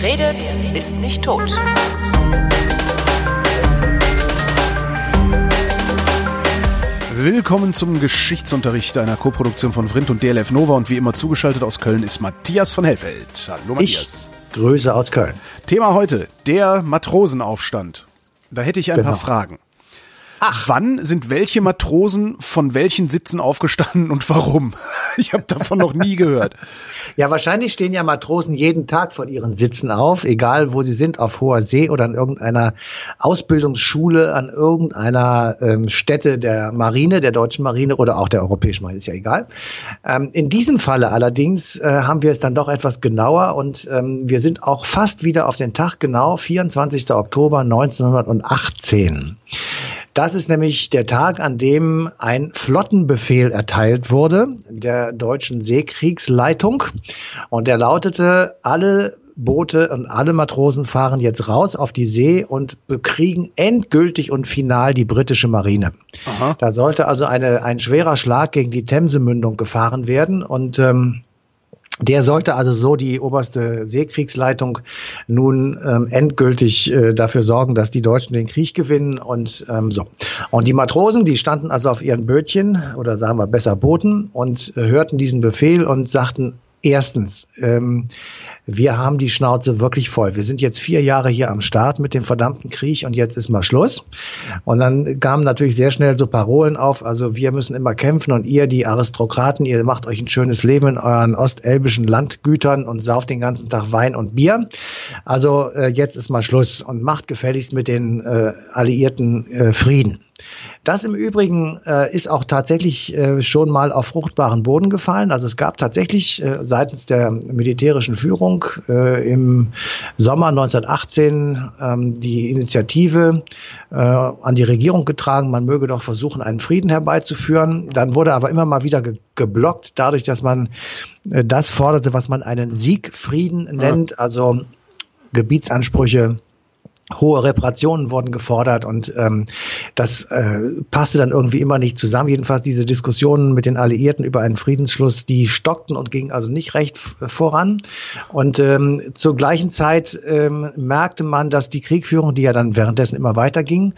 Wer redet, ist nicht tot. Willkommen zum Geschichtsunterricht einer Koproduktion von Vrindt und DLF Nova und wie immer zugeschaltet aus Köln ist Matthias von Hellfeld. Hallo Matthias. Ich grüße aus Köln. Thema heute, der Matrosenaufstand. Da hätte ich ein paar Fragen. Wann sind welche Matrosen von welchen Sitzen aufgestanden und warum? Ich habe davon noch nie gehört. Ja, wahrscheinlich stehen ja Matrosen jeden Tag von ihren Sitzen auf, egal wo sie sind, auf hoher See oder an irgendeiner Ausbildungsschule, an irgendeiner Stätte der Marine, der deutschen Marine oder auch der europäischen Marine, ist ja egal. In diesem Falle allerdings haben wir es dann doch etwas genauer und wir sind auch fast wieder auf den Tag genau, 24. Oktober 1918. Das ist nämlich der Tag, an dem ein Flottenbefehl erteilt wurde, der deutschen Seekriegsleitung. Und der lautete, alle Boote und alle Matrosen fahren jetzt raus auf die See und bekriegen endgültig und final die britische Marine. Aha. Da sollte also ein schwerer Schlag gegen die Themsemündung gefahren werden und der sollte also so die oberste Seekriegsleitung nun endgültig dafür sorgen, dass die Deutschen den Krieg gewinnen und so. Und die Matrosen, die standen also auf ihren Bötchen oder sagen wir besser Booten und hörten diesen Befehl und sagten, erstens, wir haben die Schnauze wirklich voll. Wir sind jetzt 4 Jahre hier am Start mit dem verdammten Krieg und jetzt ist mal Schluss. Und dann kamen natürlich sehr schnell so Parolen auf, also wir müssen immer kämpfen und ihr, die Aristokraten, ihr macht euch ein schönes Leben in euren ostelbischen Landgütern und sauft den ganzen Tag Wein und Bier. Also jetzt ist mal Schluss und macht gefälligst mit den Alliierten Frieden. Das im Übrigen ist auch tatsächlich schon mal auf fruchtbaren Boden gefallen. Also es gab tatsächlich seitens der militärischen Führung im Sommer 1918 die Initiative an die Regierung getragen, man möge doch versuchen, einen Frieden herbeizuführen. Dann wurde aber immer mal wieder geblockt, dadurch, dass man das forderte, was man einen Siegfrieden nennt, also Gebietsansprüche. Hohe Reparationen wurden gefordert und das passte dann irgendwie immer nicht zusammen. Jedenfalls diese Diskussionen mit den Alliierten über einen Friedensschluss, die stockten und gingen also nicht recht voran. Und zur gleichen Zeit merkte man, dass die Kriegführung, die ja dann währenddessen immer weiterging,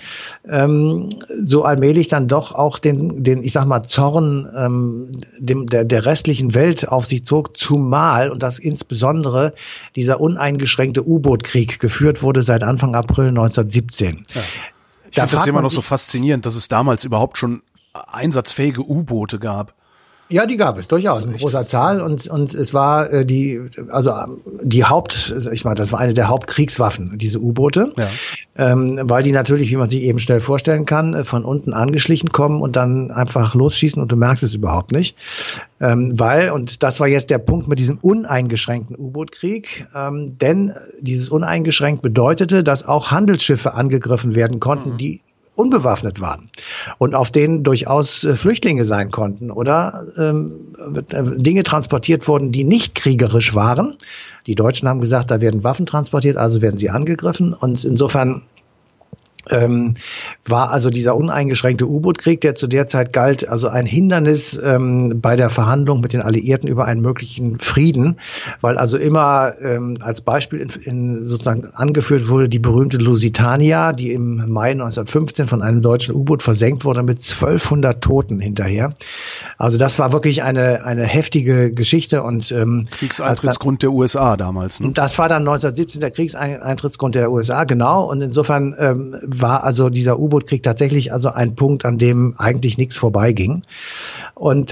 so allmählich dann doch auch den ich sag mal, Zorn der restlichen Welt auf sich zog, zumal, und das insbesondere, dieser uneingeschränkte U-Boot-Krieg geführt wurde seit Anfang April 1917. Ja. Ich finde das immer noch so faszinierend, dass es damals überhaupt schon einsatzfähige U-Boote gab. Ja, die gab es durchaus in großer Zahl und es war die das war eine der Hauptkriegswaffen, diese U-Boote, ja. Weil die natürlich, wie man sich eben schnell vorstellen kann, von unten angeschlichen kommen und dann einfach losschießen und du merkst es überhaupt nicht. Und das war jetzt der Punkt mit diesem uneingeschränkten U-Boot-Krieg, denn dieses uneingeschränkt bedeutete, dass auch Handelsschiffe angegriffen werden konnten, die unbewaffnet waren und auf denen durchaus Flüchtlinge sein konnten oder Dinge transportiert wurden, die nicht kriegerisch waren. Die Deutschen haben gesagt, da werden Waffen transportiert, also werden sie angegriffen und insofern war also dieser uneingeschränkte U-Boot-Krieg, der zu der Zeit galt, also ein Hindernis bei der Verhandlung mit den Alliierten über einen möglichen Frieden, weil also immer als Beispiel sozusagen angeführt wurde die berühmte Lusitania, die im Mai 1915 von einem deutschen U-Boot versenkt wurde mit 1200 Toten hinterher. Also das war wirklich eine heftige Geschichte und Kriegseintrittsgrund der USA damals. Ne? Das war dann 1917 der Kriegseintrittsgrund der USA, genau. Und insofern war also dieser U-Boot-Krieg tatsächlich also ein Punkt, an dem eigentlich nichts vorbeiging. Und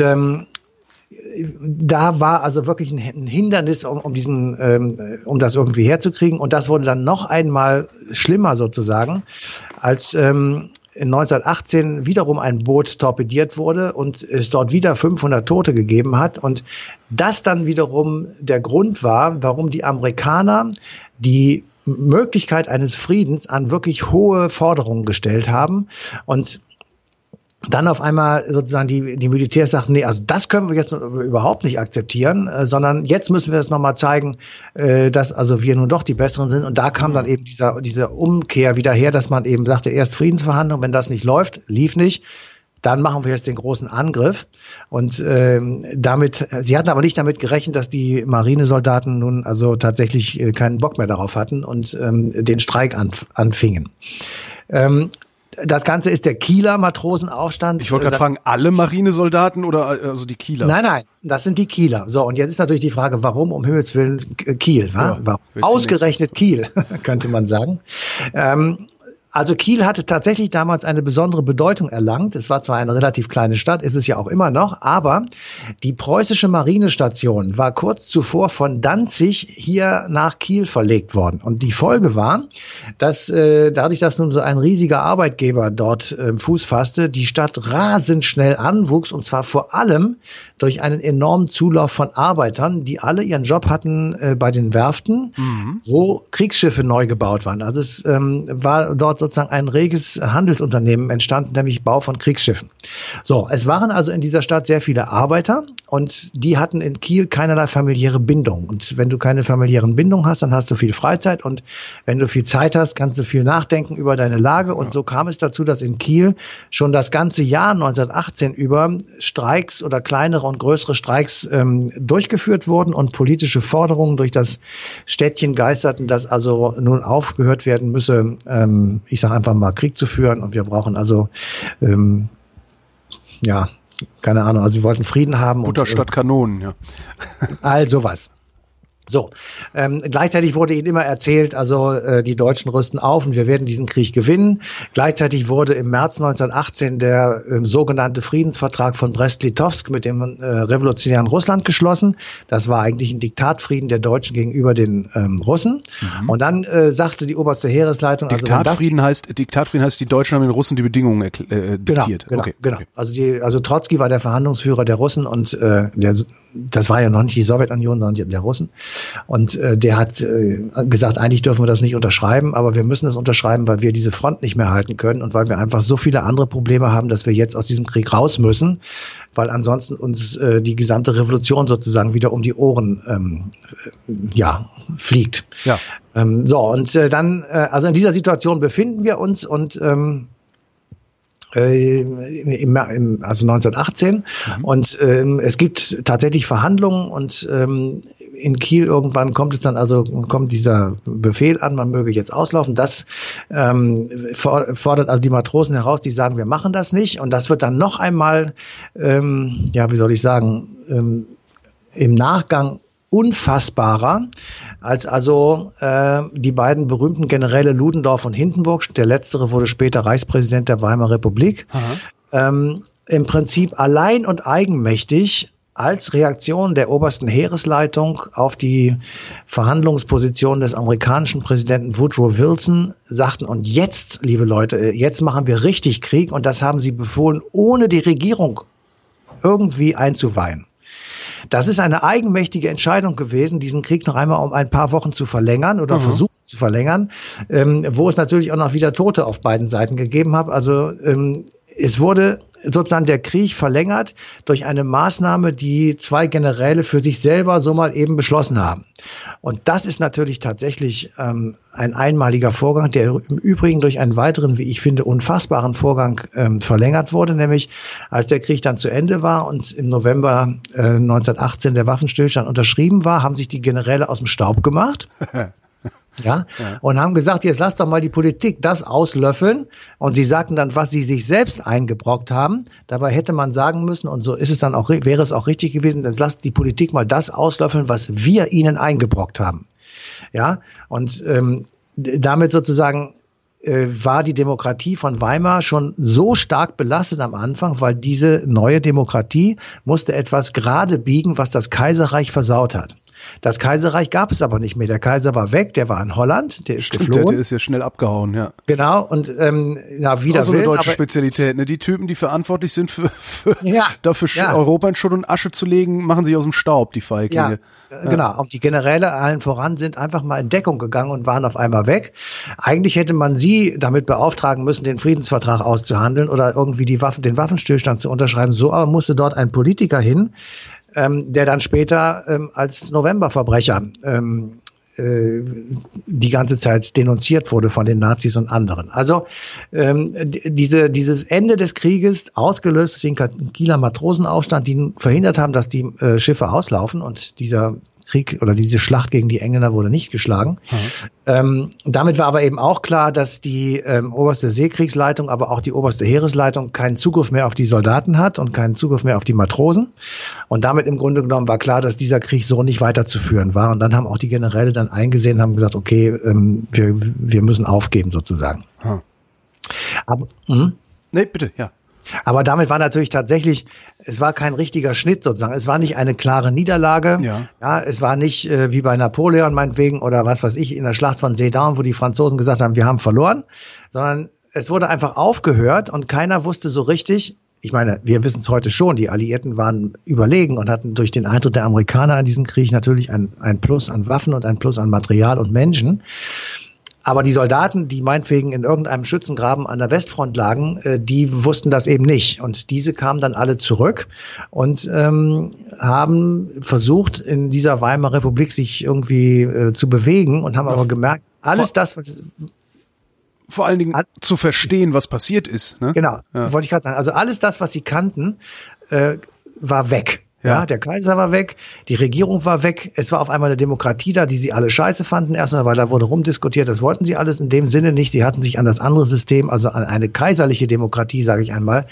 da war also wirklich ein Hindernis, um das irgendwie herzukriegen. Und das wurde dann noch einmal schlimmer sozusagen, als in 1918 wiederum ein Boot torpediert wurde und es dort wieder 500 Tote gegeben hat. Und das dann wiederum der Grund war, warum die Amerikaner die Möglichkeit eines Friedens an wirklich hohe Forderungen gestellt haben und dann auf einmal sozusagen die Militärs sagten, nee, also das können wir jetzt überhaupt nicht akzeptieren, sondern jetzt müssen wir es nochmal zeigen, dass also wir nun doch die Besseren sind. Und da kam dann eben diese Umkehr wieder her, dass man eben sagte, erst Friedensverhandlungen, wenn das nicht läuft, lief nicht, dann machen wir jetzt den großen Angriff. Und sie hatten aber nicht damit gerechnet, dass die Marinesoldaten nun also tatsächlich keinen Bock mehr darauf hatten und den Streik anfingen. Das Ganze ist der Kieler Matrosenaufstand. Ich wollte gerade fragen, alle Marinesoldaten oder also die Kieler? Nein, das sind die Kieler. So, und jetzt ist natürlich die Frage, warum um Himmels Willen Kiel? Ja, warum? Ausgerechnet Kiel, könnte man sagen. Also Kiel hatte tatsächlich damals eine besondere Bedeutung erlangt. Es war zwar eine relativ kleine Stadt, ist es ja auch immer noch, aber die preußische Marinestation war kurz zuvor von Danzig hier nach Kiel verlegt worden. Und die Folge war, dass dadurch, dass nun so ein riesiger Arbeitgeber dort Fuß fasste, die Stadt rasend schnell anwuchs, und zwar vor allem durch einen enormen Zulauf von Arbeitern, die alle ihren Job hatten bei den Werften, wo Kriegsschiffe neu gebaut waren. Also es war dort sozusagen ein reges Handelsunternehmen entstanden, nämlich Bau von Kriegsschiffen. So, es waren also in dieser Stadt sehr viele Arbeiter und die hatten in Kiel keinerlei familiäre Bindung. Und wenn du keine familiären Bindungen hast, dann hast du viel Freizeit, und wenn du viel Zeit hast, kannst du viel nachdenken über deine Lage. Und so kam es dazu, dass in Kiel schon das ganze Jahr 1918 über Streiks oder kleinere und größere Streiks durchgeführt wurden und politische Forderungen durch das Städtchen geisterten, dass also nun aufgehört werden müsse, ich sage einfach mal, Krieg zu führen, und wir brauchen also, keine Ahnung, also sie wollten Frieden haben. Butter statt Kanonen, ja. All sowas. So, gleichzeitig wurde ihnen immer erzählt, also die Deutschen rüsten auf und wir werden diesen Krieg gewinnen. Gleichzeitig wurde im März 1918 der sogenannte Friedensvertrag von Brest-Litowsk mit dem revolutionären Russland geschlossen. Das war eigentlich ein Diktatfrieden der Deutschen gegenüber den Russen. Und dann sagte die oberste Heeresleitung... Diktatfrieden heißt, die Deutschen haben den Russen die Bedingungen diktiert. Genau. Also Trotzki war der Verhandlungsführer der Russen und das war ja noch nicht die Sowjetunion, sondern der Russen. Und der hat gesagt, eigentlich dürfen wir das nicht unterschreiben, aber wir müssen es unterschreiben, weil wir diese Front nicht mehr halten können und weil wir einfach so viele andere Probleme haben, dass wir jetzt aus diesem Krieg raus müssen, weil ansonsten uns die gesamte Revolution sozusagen wieder um die Ohren fliegt. Ja. Also in dieser Situation befinden wir uns, und also 1918 und es gibt tatsächlich Verhandlungen, und in Kiel irgendwann kommt dieser Befehl an, man möge jetzt auslaufen. Das fordert also die Matrosen heraus, die sagen, wir machen das nicht, und das wird dann noch einmal, im Nachgang unfassbarer, als also die beiden berühmten Generäle Ludendorff und Hindenburg, der letztere wurde später Reichspräsident der Weimarer Republik, im Prinzip allein und eigenmächtig als Reaktion der obersten Heeresleitung auf die Verhandlungsposition des amerikanischen Präsidenten Woodrow Wilson sagten, und jetzt, liebe Leute, jetzt machen wir richtig Krieg, und das haben sie befohlen, ohne die Regierung irgendwie einzuweihen. Das ist eine eigenmächtige Entscheidung gewesen, diesen Krieg noch einmal um ein paar Wochen zu verlängern oder versuchen zu verlängern, wo es natürlich auch noch wieder Tote auf beiden Seiten gegeben hat. Also es wurde sozusagen der Krieg verlängert durch eine Maßnahme, die zwei Generäle für sich selber so mal eben beschlossen haben. Und das ist natürlich tatsächlich ein einmaliger Vorgang, der im Übrigen durch einen weiteren, wie ich finde, unfassbaren Vorgang verlängert wurde, nämlich als der Krieg dann zu Ende war und im November 1918 der Waffenstillstand unterschrieben war, haben sich die Generäle aus dem Staub gemacht. Und haben gesagt, jetzt lasst doch mal die Politik das auslöffeln. Und sie sagten dann, was sie sich selbst eingebrockt haben. Dabei hätte man sagen müssen, und so ist es dann auch, wäre es auch richtig gewesen, dann lasst die Politik mal das auslöffeln, was wir ihnen eingebrockt haben. Ja, und damit sozusagen war die Demokratie von Weimar schon so stark belastet am Anfang, weil diese neue Demokratie musste etwas gerade biegen, was das Kaiserreich versaut hat. Das Kaiserreich gab es aber nicht mehr. Der Kaiser war weg, der war in Holland, der ist geflohen. Der ist ja schnell abgehauen, ja. Genau, und das ist auch so eine deutsche Spezialität, ne? Die Typen, die verantwortlich sind dafür Europa in Schutt und Asche zu legen, machen sich aus dem Staub, die Feiglinge. Ja, genau. Und die Generäle allen voran sind einfach mal in Deckung gegangen und waren auf einmal weg. Eigentlich hätte man sie damit beauftragen müssen, den Friedensvertrag auszuhandeln oder irgendwie den Waffenstillstand zu unterschreiben. So aber musste dort ein Politiker hin, der dann später als Novemberbrecher die ganze Zeit denunziert wurde von den Nazis und anderen. Also dieses Ende des Krieges, ausgelöst durch den Kieler Matrosenaufstand, die verhindert haben, dass die Schiffe auslaufen, und dieser Krieg oder diese Schlacht gegen die Engländer wurde nicht geschlagen. Damit war aber eben auch klar, dass die oberste Seekriegsleitung, aber auch die oberste Heeresleitung keinen Zugriff mehr auf die Soldaten hat und keinen Zugriff mehr auf die Matrosen. Und damit im Grunde genommen war klar, dass dieser Krieg so nicht weiterzuführen war. Und dann haben auch die Generäle dann eingesehen, haben gesagt, okay, wir müssen aufgeben sozusagen. Aber, nee, bitte, ja. Aber damit war natürlich tatsächlich, es war kein richtiger Schnitt sozusagen. Es war nicht eine klare Niederlage. Ja, es war nicht wie bei Napoleon meinetwegen oder was weiß ich in der Schlacht von Sedan, wo die Franzosen gesagt haben, wir haben verloren, sondern es wurde einfach aufgehört und keiner wusste so richtig. Ich meine, wir wissen es heute schon, die Alliierten waren überlegen und hatten durch den Eintritt der Amerikaner in diesen Krieg natürlich ein Plus an Waffen und ein Plus an Material und Menschen. Aber die Soldaten, die meinetwegen in irgendeinem Schützengraben an der Westfront lagen, die wussten das eben nicht. Und diese kamen dann alle zurück und haben versucht, in dieser Weimarer Republik sich irgendwie zu bewegen und haben aber gemerkt, alles das, was... Vor allen Dingen zu verstehen, was passiert ist. Ne? Genau, wollte ich gerade sagen. Also alles das, was sie kannten, war weg. Ja, der Kaiser war weg, die Regierung war weg, es war auf einmal eine Demokratie da, die sie alle scheiße fanden, erstmal, weil da wurde rumdiskutiert, das wollten sie alles in dem Sinne nicht, sie hatten sich an das andere System, also an eine kaiserliche Demokratie, sage ich einmal,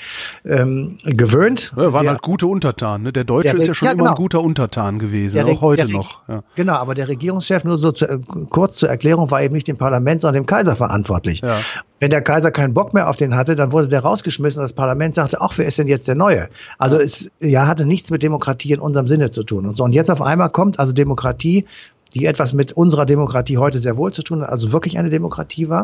gewöhnt. Ja, waren halt gute Untertanen, ne? Der Deutsche ist ja schon immer ein guter Untertan gewesen, auch heute noch. Ja. Genau, aber der Regierungschef, nur so kurz zur Erklärung, war eben nicht dem Parlament, sondern dem Kaiser verantwortlich. Ja. Wenn der Kaiser keinen Bock mehr auf den hatte, dann wurde der rausgeschmissen und das Parlament sagte, ach, wer ist denn jetzt der Neue? Also es hatte nichts mit Demokratie in unserem Sinne zu tun. Und so, und jetzt auf einmal kommt also Demokratie, die etwas mit unserer Demokratie heute sehr wohl zu tun hat, also wirklich eine Demokratie war.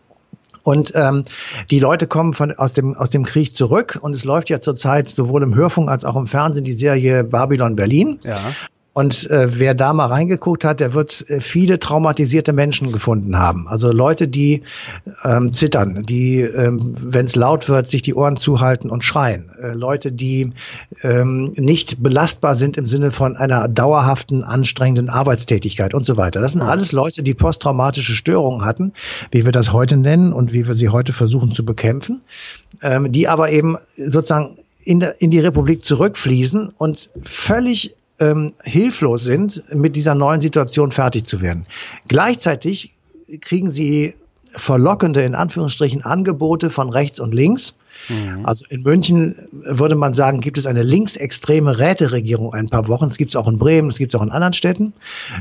Und die Leute kommen aus dem Krieg zurück und es läuft ja zurzeit sowohl im Hörfunk als auch im Fernsehen die Serie Babylon Berlin. Ja. Und wer da mal reingeguckt hat, der wird viele traumatisierte Menschen gefunden haben. Also Leute, die zittern, die, wenn es laut wird, sich die Ohren zuhalten und schreien. Leute, die nicht belastbar sind im Sinne von einer dauerhaften, anstrengenden Arbeitstätigkeit und so weiter. Das sind alles Leute, die posttraumatische Störungen hatten, wie wir das heute nennen und wie wir sie heute versuchen zu bekämpfen, die aber eben sozusagen in die Republik zurückfließen und völlig hilflos sind, mit dieser neuen Situation fertig zu werden. Gleichzeitig kriegen sie verlockende, in Anführungsstrichen, Angebote von rechts und links. Also in München würde man sagen, gibt es eine linksextreme Räteregierung ein paar Wochen. Das gibt es auch in Bremen, das gibt es auch in anderen Städten.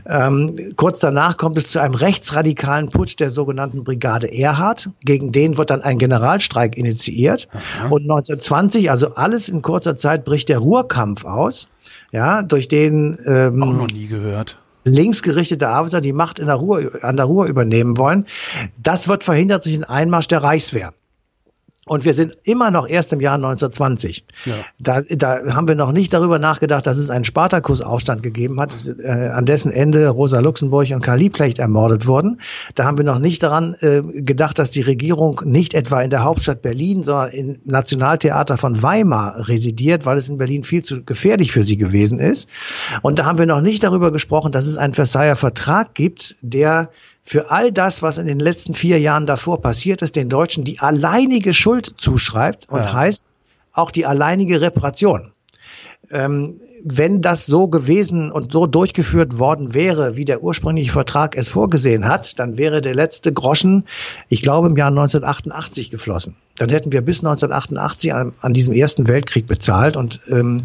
Kurz danach kommt es zu einem rechtsradikalen Putsch der sogenannten Brigade Erhard. Gegen den wird dann ein Generalstreik initiiert. Und 1920, also alles in kurzer Zeit, bricht der Ruhrkampf aus. Ja, durch den auch noch nie gehört. Linksgerichtete Arbeiter die Macht an der Ruhr übernehmen wollen. Das wird verhindert durch den Einmarsch der Reichswehr. Und wir sind immer noch erst im Jahr 1920. Ja. Da haben wir noch nicht darüber nachgedacht, dass es einen Spartakusaufstand gegeben hat, an dessen Ende Rosa Luxemburg und Karl Liebknecht ermordet wurden. Da haben wir noch nicht daran gedacht, dass die Regierung nicht etwa in der Hauptstadt Berlin, sondern im Nationaltheater von Weimar residiert, weil es in Berlin viel zu gefährlich für sie gewesen ist. Und da haben wir noch nicht darüber gesprochen, dass es einen Versailler Vertrag gibt, der für all das, was in den letzten 4 Jahren davor passiert ist, den Deutschen die alleinige Schuld zuschreibt und heißt auch die alleinige Reparation. Wenn das so gewesen und so durchgeführt worden wäre, wie der ursprüngliche Vertrag es vorgesehen hat, dann wäre der letzte Groschen, ich glaube, im Jahr 1988 geflossen. Dann hätten wir bis 1988 an diesem Ersten Weltkrieg bezahlt und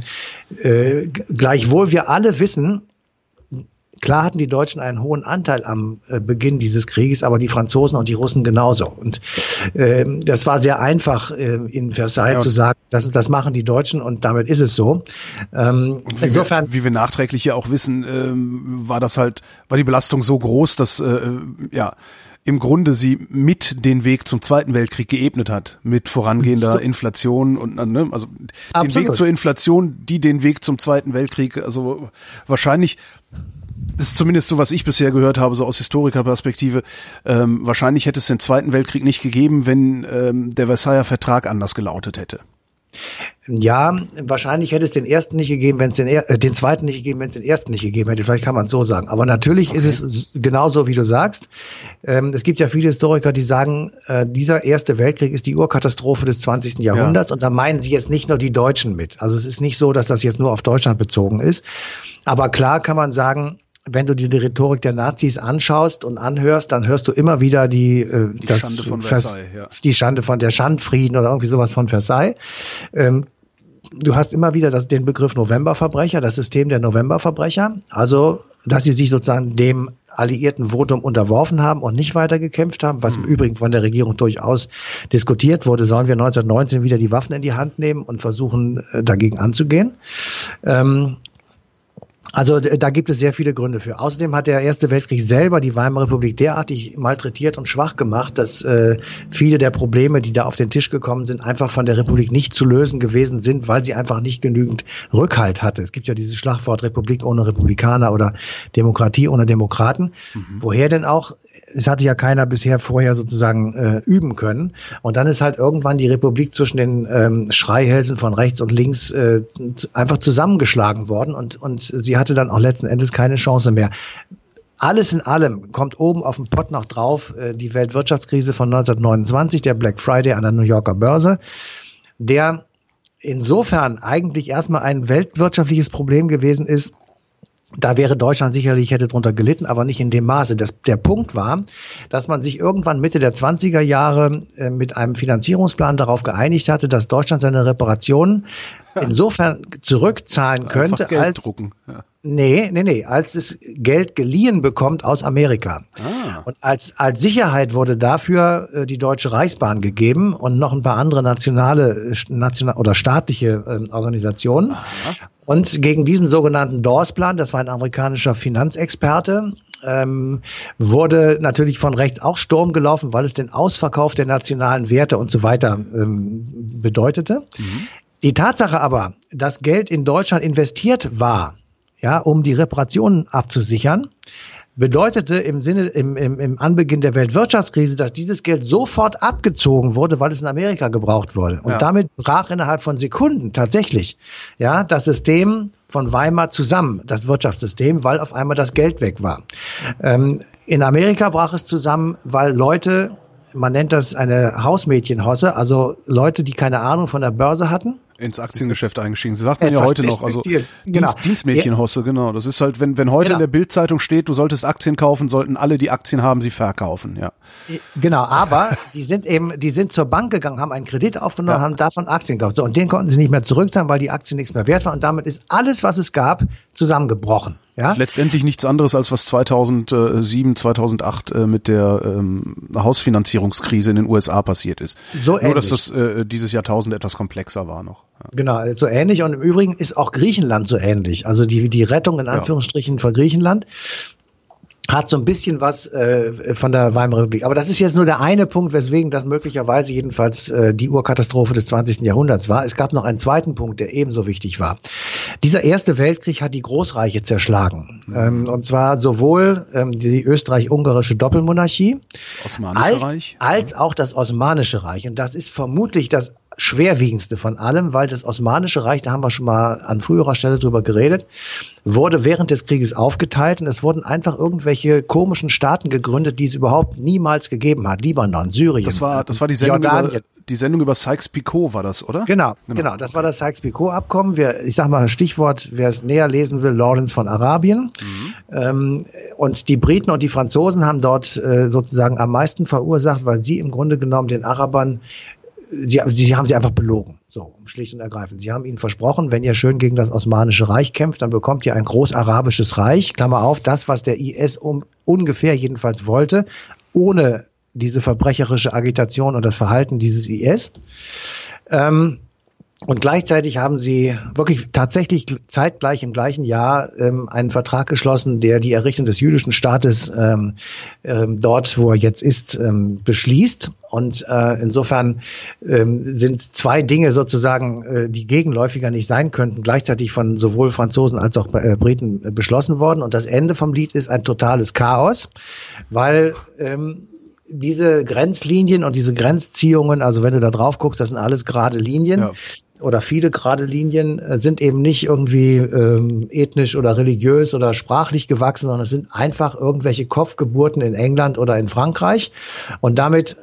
gleichwohl wir alle wissen, klar hatten die Deutschen einen hohen Anteil am Beginn dieses Krieges, aber die Franzosen und die Russen genauso. Und das war sehr einfach in Versailles zu sagen, das machen die Deutschen und damit ist es so. Insofern, wie wir nachträglich ja auch wissen, war die Belastung so groß, dass im Grunde sie mit den Weg zum Zweiten Weltkrieg geebnet hat, mit vorangehender Inflation und also den Weg zur Inflation, die den Weg zum Zweiten Weltkrieg, also wahrscheinlich. Das ist zumindest so, was ich bisher gehört habe, so aus Historikerperspektive. Wahrscheinlich hätte es den Zweiten Weltkrieg nicht gegeben, wenn der Versailler Vertrag anders gelautet hätte. Ja, wahrscheinlich hätte es den ersten nicht gegeben, wenn es den zweiten nicht gegeben, wenn es den ersten nicht gegeben hätte. Vielleicht kann man es so sagen. Aber natürlich ist es genauso, wie du sagst. Es gibt ja viele Historiker, die sagen, dieser Erste Weltkrieg ist die Urkatastrophe des 20. Jahrhunderts. Und da meinen sie jetzt nicht nur die Deutschen mit. Also es ist nicht so, dass das jetzt nur auf Deutschland bezogen ist. Aber klar kann man sagen, wenn du dir die Rhetorik der Nazis anschaust und anhörst, dann hörst du immer wieder die Schande von Versailles, die Schande von der Schandfrieden oder irgendwie sowas von Versailles. Du hast immer wieder den Begriff Novemberverbrecher, das System der Novemberverbrecher. Also, dass sie sich sozusagen dem alliierten Votum unterworfen haben und nicht weitergekämpft haben, was im Übrigen von der Regierung durchaus diskutiert wurde. Sollen wir 1919 wieder die Waffen in die Hand nehmen und versuchen, dagegen anzugehen? Also da gibt es sehr viele Gründe für. Außerdem hat der Erste Weltkrieg selber die Weimarer Republik derartig malträtiert und schwach gemacht, dass viele der Probleme, die da auf den Tisch gekommen sind, einfach von der Republik nicht zu lösen gewesen sind, weil sie einfach nicht genügend Rückhalt hatte. Es gibt ja dieses Schlagwort Republik ohne Republikaner oder Demokratie ohne Demokraten. Woher denn auch? Es hatte ja keiner bisher vorher sozusagen üben können. Und dann ist halt irgendwann die Republik zwischen den Schreihälsen von rechts und links einfach zusammengeschlagen worden und sie hatte dann auch letzten Endes keine Chance mehr. Alles in allem kommt oben auf dem Pott noch drauf die Weltwirtschaftskrise von 1929, der Black Friday an der New Yorker Börse, der insofern eigentlich erstmal ein weltwirtschaftliches Problem gewesen ist. Da wäre Deutschland sicherlich, hätte drunter gelitten, aber nicht in dem Maße. Der Punkt war, dass man sich irgendwann Mitte der 20er Jahre mit einem Finanzierungsplan darauf geeinigt hatte, dass Deutschland seine Reparationen insofern zurückzahlen könnte, Einfach Geld drucken. Ja. Nee, als es Geld geliehen bekommt aus Amerika. Und als Sicherheit wurde dafür die Deutsche Reichsbahn gegeben und noch ein paar andere nationale oder staatliche Organisationen. Aha. Und gegen diesen sogenannten Dawes-Plan, das war ein amerikanischer Finanzexperte, wurde natürlich von rechts auch Sturm gelaufen, weil es den Ausverkauf der nationalen Werte und so weiter bedeutete. Die Tatsache aber, dass Geld in Deutschland investiert war, ja, um die Reparationen abzusichern, bedeutete im Anbeginn der Weltwirtschaftskrise, dass dieses Geld sofort abgezogen wurde, weil es in Amerika gebraucht wurde. Und damit brach innerhalb von Sekunden tatsächlich das System von Weimar zusammen, das Wirtschaftssystem, weil auf einmal das Geld weg war. In Amerika brach es zusammen, weil Leute, man nennt das eine Hausmädchenhosse, also Leute, die keine Ahnung von der Börse hatten, ins Aktiengeschäft eingestiegen. Sie sagt man ja heute noch, also Dienstmädchenhosse, genau. Das ist halt, wenn heute in der Bildzeitung steht, du solltest Aktien kaufen, sollten alle, die Aktien haben, sie verkaufen, ja. Genau, aber die sind zur Bank gegangen, haben einen Kredit aufgenommen, haben davon Aktien gekauft. So, und den konnten sie nicht mehr zurückzahlen, weil die Aktien nichts mehr wert waren. Und damit ist alles, was es gab, zusammengebrochen. Ja? Letztendlich nichts anderes, als was 2007, 2008 mit der Hausfinanzierungskrise in den USA passiert ist. So Nur, dass das dieses Jahrtausend etwas komplexer war noch. Ja. Genau, so ähnlich. Und im Übrigen ist auch Griechenland so ähnlich. Also die Rettung in Anführungsstrichen von Griechenland hat so ein bisschen was von der Weimarer Republik. Aber das ist jetzt nur der eine Punkt, weswegen das möglicherweise jedenfalls die Urkatastrophe des 20. Jahrhunderts war. Es gab noch einen zweiten Punkt, der ebenso wichtig war. Dieser Erste Weltkrieg hat die Großreiche zerschlagen. Und zwar sowohl die österreich-ungarische Doppelmonarchie als auch das Osmanische Reich. Und das ist vermutlich das schwerwiegendste von allem, weil das Osmanische Reich, da haben wir schon mal an früherer Stelle drüber geredet, wurde während des Krieges aufgeteilt und es wurden einfach irgendwelche komischen Staaten gegründet, die es überhaupt niemals gegeben hat. Libanon, Syrien. Das war die Sendung über Sykes-Picot war das, oder? Genau. Das war das Sykes-Picot-Abkommen. Ich sag mal Stichwort, wer es näher lesen will, Lawrence von Arabien. Und die Briten und die Franzosen haben dort sozusagen am meisten verursacht, weil sie im Grunde genommen den Arabern Sie haben sie einfach belogen, so schlicht und ergreifend. Sie haben ihnen versprochen, wenn ihr schön gegen das Osmanische Reich kämpft, dann bekommt ihr ein großarabisches Reich, Klammer auf, das, was der IS ungefähr jedenfalls wollte, ohne diese verbrecherische Agitation und das Verhalten dieses IS. Und gleichzeitig haben sie wirklich tatsächlich zeitgleich im gleichen Jahr einen Vertrag geschlossen, der die Errichtung des jüdischen Staates dort, wo er jetzt ist, beschließt. Und insofern sind zwei Dinge sozusagen, die gegenläufiger nicht sein könnten, gleichzeitig von sowohl Franzosen als auch Briten beschlossen worden. Und das Ende vom Lied ist ein totales Chaos, weil diese Grenzlinien und diese Grenzziehungen, also wenn du da drauf guckst, das sind alles gerade Linien. Ja. oder viele gerade Linien sind eben nicht irgendwie ethnisch oder religiös oder sprachlich gewachsen, sondern es sind einfach irgendwelche Kopfgeburten in England oder in Frankreich. Und damit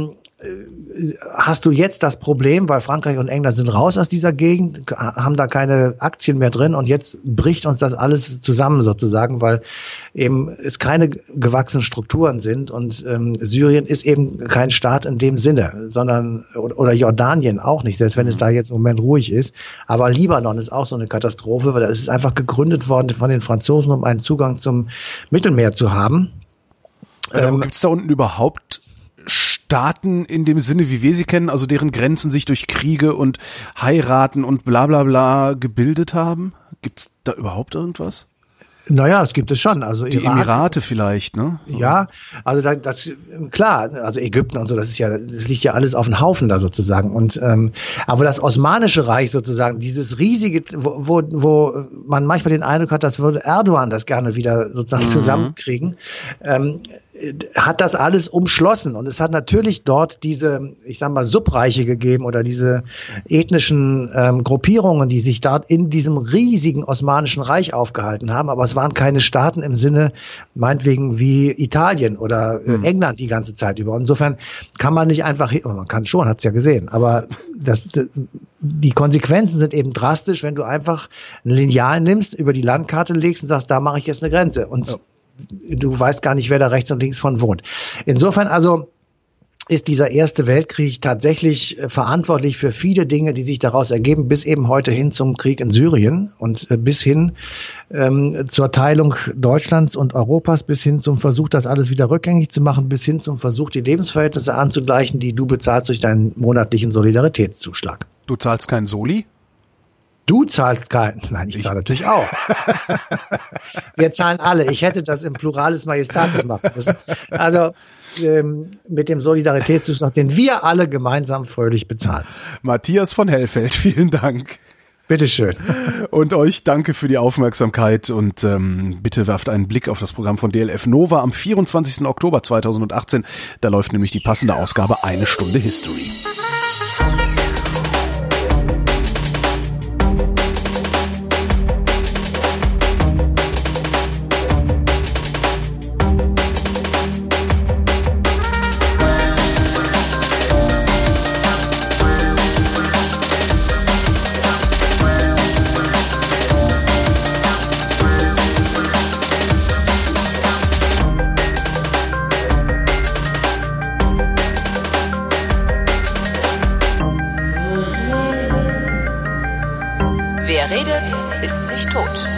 hast du jetzt das Problem, weil Frankreich und England sind raus aus dieser Gegend, haben da keine Aktien mehr drin und jetzt bricht uns das alles zusammen sozusagen, weil eben es keine gewachsenen Strukturen sind und Syrien ist eben kein Staat in dem Sinne, sondern oder Jordanien auch nicht, selbst wenn es da jetzt im Moment ruhig ist. Aber Libanon ist auch so eine Katastrophe, weil es ist einfach gegründet worden von den Franzosen, um einen Zugang zum Mittelmeer zu haben. Gibt es da unten überhaupt Staaten in dem Sinne, wie wir sie kennen, also deren Grenzen sich durch Kriege und Heiraten und bla bla bla gebildet haben? Gibt's da überhaupt irgendwas? Naja, es gibt es schon. Also die Irak, Emirate vielleicht, ne? So. Ja, also das klar, also Ägypten und so, das liegt ja alles auf dem Haufen da sozusagen. Und aber das Osmanische Reich sozusagen, dieses riesige, wo man manchmal den Eindruck hat, das würde Erdogan das gerne wieder sozusagen zusammenkriegen, hat das alles umschlossen. Und es hat natürlich dort diese, ich sag mal, Subreiche gegeben oder diese ethnischen Gruppierungen, die sich dort in diesem riesigen Osmanischen Reich aufgehalten haben. Aber es waren keine Staaten im Sinne, meinetwegen wie Italien oder England die ganze Zeit über. Insofern kann man nicht einfach, man kann schon, hat es ja gesehen, aber die Konsequenzen sind eben drastisch, wenn du einfach ein Lineal nimmst, über die Landkarte legst und sagst, da mache ich jetzt eine Grenze. Und du weißt gar nicht, wer da rechts und links von wohnt. Insofern also ist dieser Erste Weltkrieg tatsächlich verantwortlich für viele Dinge, die sich daraus ergeben, bis eben heute hin zum Krieg in Syrien und bis hin zur Teilung Deutschlands und Europas, bis hin zum Versuch, das alles wieder rückgängig zu machen, bis hin zum Versuch, die Lebensverhältnisse anzugleichen, die du bezahlst durch deinen monatlichen Solidaritätszuschlag. Du zahlst keinen Soli? Du zahlst keinen. Nein, ich zahle natürlich auch. Wir zahlen alle. Ich hätte das im Pluralis Majestatis machen müssen. Also mit dem Solidaritätszuschlag, den wir alle gemeinsam fröhlich bezahlen. Matthias von Hellfeld, vielen Dank. Bitteschön. Und euch danke für die Aufmerksamkeit und bitte werft einen Blick auf das Programm von DLF Nova am 24. Oktober 2018. Da läuft nämlich die passende Ausgabe Eine Stunde History. Wer redet, ist nicht tot.